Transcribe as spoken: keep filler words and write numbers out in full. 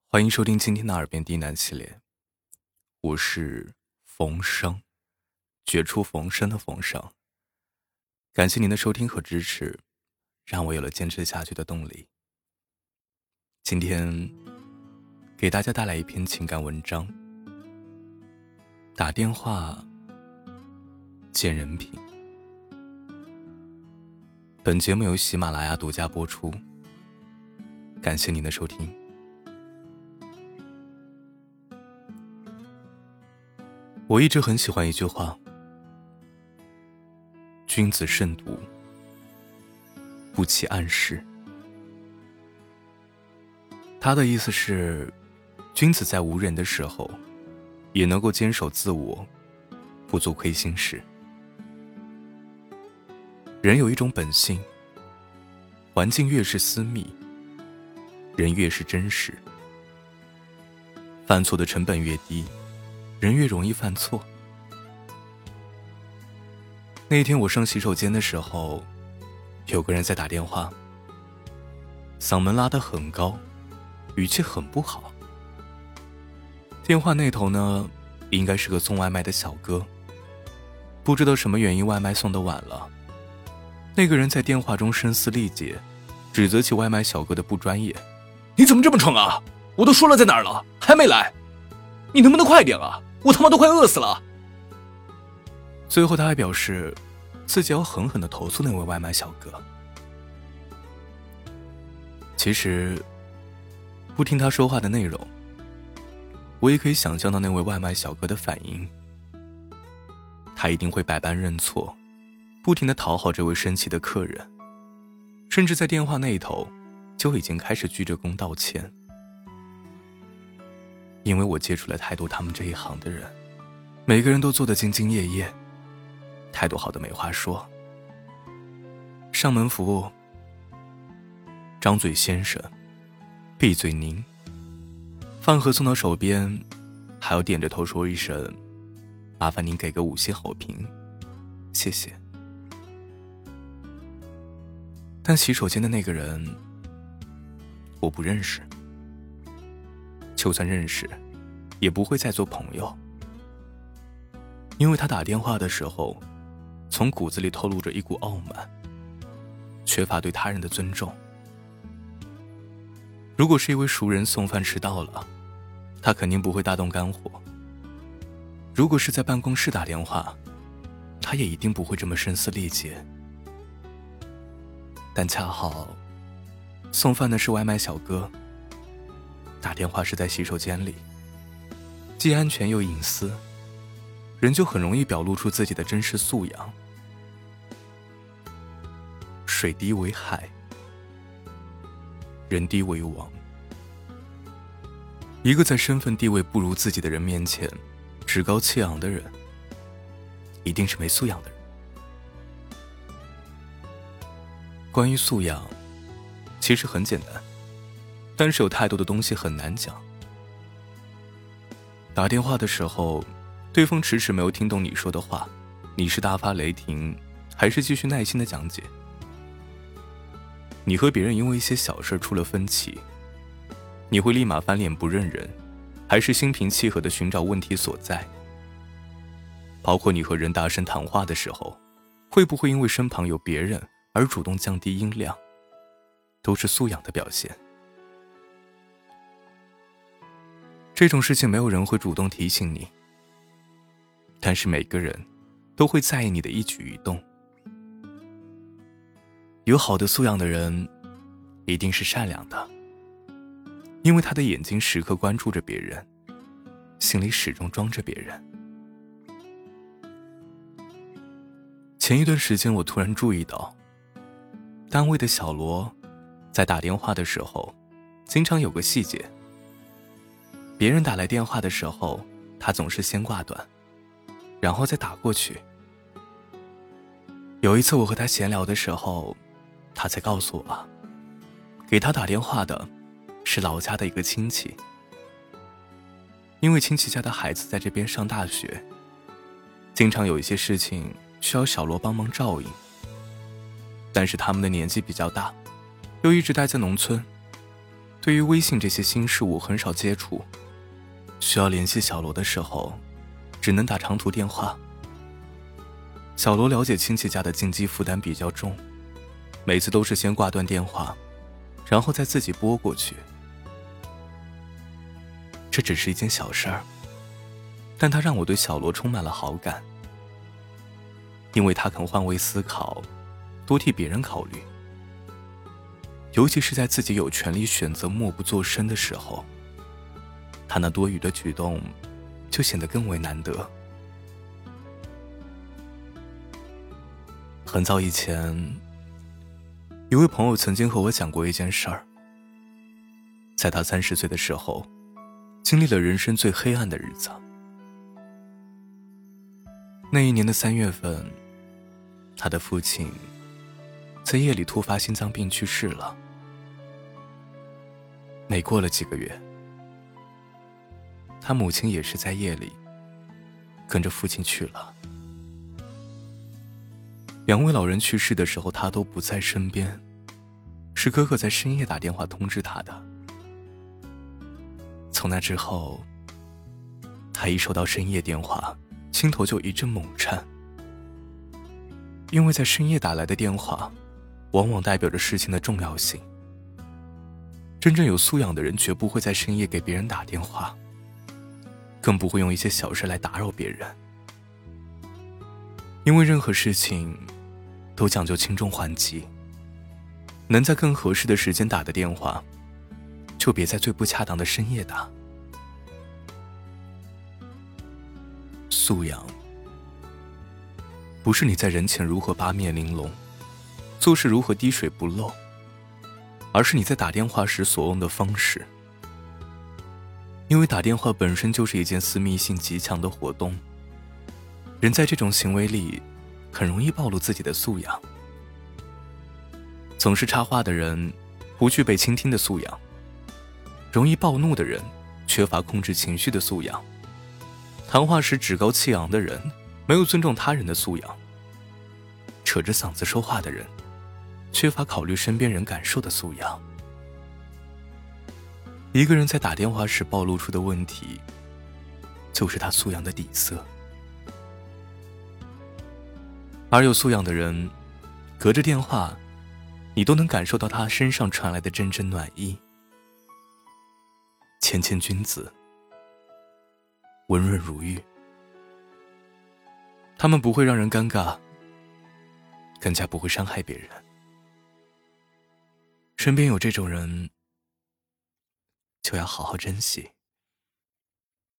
欢迎收听今天的耳边低喃系列，我是冯生，绝处逢生的冯生。感谢您的收听和支持，让我有了坚持下去的动力。今天给大家带来一篇情感文章，打电话见人品。本节目由喜马拉雅独家播出，感谢您的收听。我一直很喜欢一句话，君子慎独，不欺暗室。他的意思是，君子在无人的时候也能够坚守自我，不做亏心事。人有一种本性，环境越是私密，人越是真实，犯错的成本越低，人越容易犯错。那天我上洗手间的时候，有个人在打电话，嗓门拉得很高，语气很不好。电话那头呢，应该是个送外卖的小哥，不知道什么原因外卖送得晚了。那个人在电话中声嘶力竭，指责起外卖小哥的不专业。 你怎么这么蠢啊？我都说了在哪儿了，还没来，你能不能快点啊？我他妈都快饿死了。 最后他还表示自己要狠狠地投诉那位外卖小哥。其实不听他说话的内容，我也可以想象到那位外卖小哥的反应。他一定会百般认错，不停地讨好这位生气的客人，甚至在电话那一头就已经开始鞠着躬道歉。因为我接触了太多他们这一行的人，每个人都做得兢兢业业，态度好的没话说。上门服务，张嘴先生，闭嘴您，饭盒送到手边，还要点着头说一声麻烦您给个五星好评，谢谢。但洗手间的那个人我不认识，就算认识也不会再做朋友。因为他打电话的时候从骨子里透露着一股傲慢，缺乏对他人的尊重。如果是一位熟人送饭迟到了，他肯定不会大动肝火。如果是在办公室打电话，他也一定不会这么声嘶力竭。但恰好送饭的是外卖小哥，打电话是在洗手间里，既安全又隐私，人就很容易表露出自己的真实素养。水低为海，人低为王。一个在身份地位不如自己的人面前趾高气昂的人，一定是没素养的人。关于素养，其实很简单，但是有太多的东西很难讲。打电话的时候，对方迟迟没有听懂你说的话，你是大发雷霆，还是继续耐心的讲解？你和别人因为一些小事出了分歧，你会立马翻脸不认人，还是心平气和地寻找问题所在？包括你和人大声谈话的时候，会不会因为身旁有别人而主动降低音量？都是素养的表现。这种事情没有人会主动提醒你，但是每个人都会在意你的一举一动。有好的素养的人一定是善良的，因为他的眼睛时刻关注着别人，心里始终装着别人。前一段时间我突然注意到，单位的小罗在打电话的时候经常有个细节，别人打来电话的时候，他总是先挂断，然后再打过去。有一次我和他闲聊的时候，他才告诉我，给他打电话的是老家的一个亲戚，因为亲戚家的孩子在这边上大学，经常有一些事情需要小罗帮忙照应，但是他们的年纪比较大，又一直待在农村， 对于微信这些新事物很少接触，需要联系小罗的时候，只能打长途电话。小罗了解亲戚家的经济负担比较重，每次都是先挂断电话，然后再自己拨过去。这只是一件小事儿，但它让我对小罗充满了好感，因为他肯换位思考，多替别人考虑。尤其是在自己有权利选择默不作声的时候，他那多余的举动就显得更为难得。很早以前，一位朋友曾经和我讲过一件事儿。在他三十岁的时候，经历了人生最黑暗的日子。那一年的三月份，他的父亲在夜里突发心脏病去世了。没过了几个月，他母亲也是在夜里跟着父亲去了。两位老人去世的时候，他都不在身边，是哥哥在深夜打电话通知他的。从那之后，他一收到深夜电话，心头就一阵猛颤，因为在深夜打来的电话，往往代表着事情的重要性。真正有素养的人绝不会在深夜给别人打电话，更不会用一些小事来打扰别人，因为任何事情都讲究轻重缓急，能在更合适的时间打的电话，就别在最不恰当的深夜打。素养不是你在人前如何八面玲珑，做事如何滴水不漏，而是你在打电话时所用的方式。因为打电话本身就是一件私密性极强的活动，人在这种行为里很容易暴露自己的素养。总是插话的人不具备倾听的素养，容易暴怒的人缺乏控制情绪的素养，谈话时趾高气扬的人没有尊重他人的素养，扯着嗓子说话的人缺乏考虑身边人感受的素养。一个人在打电话时暴露出的问题，就是他素养的底色。而有素养的人，隔着电话，你都能感受到他身上传来的阵阵暖意。谦谦君子，温润如玉。他们不会让人尴尬，更加不会伤害别人。身边有这种人，就要好好珍惜。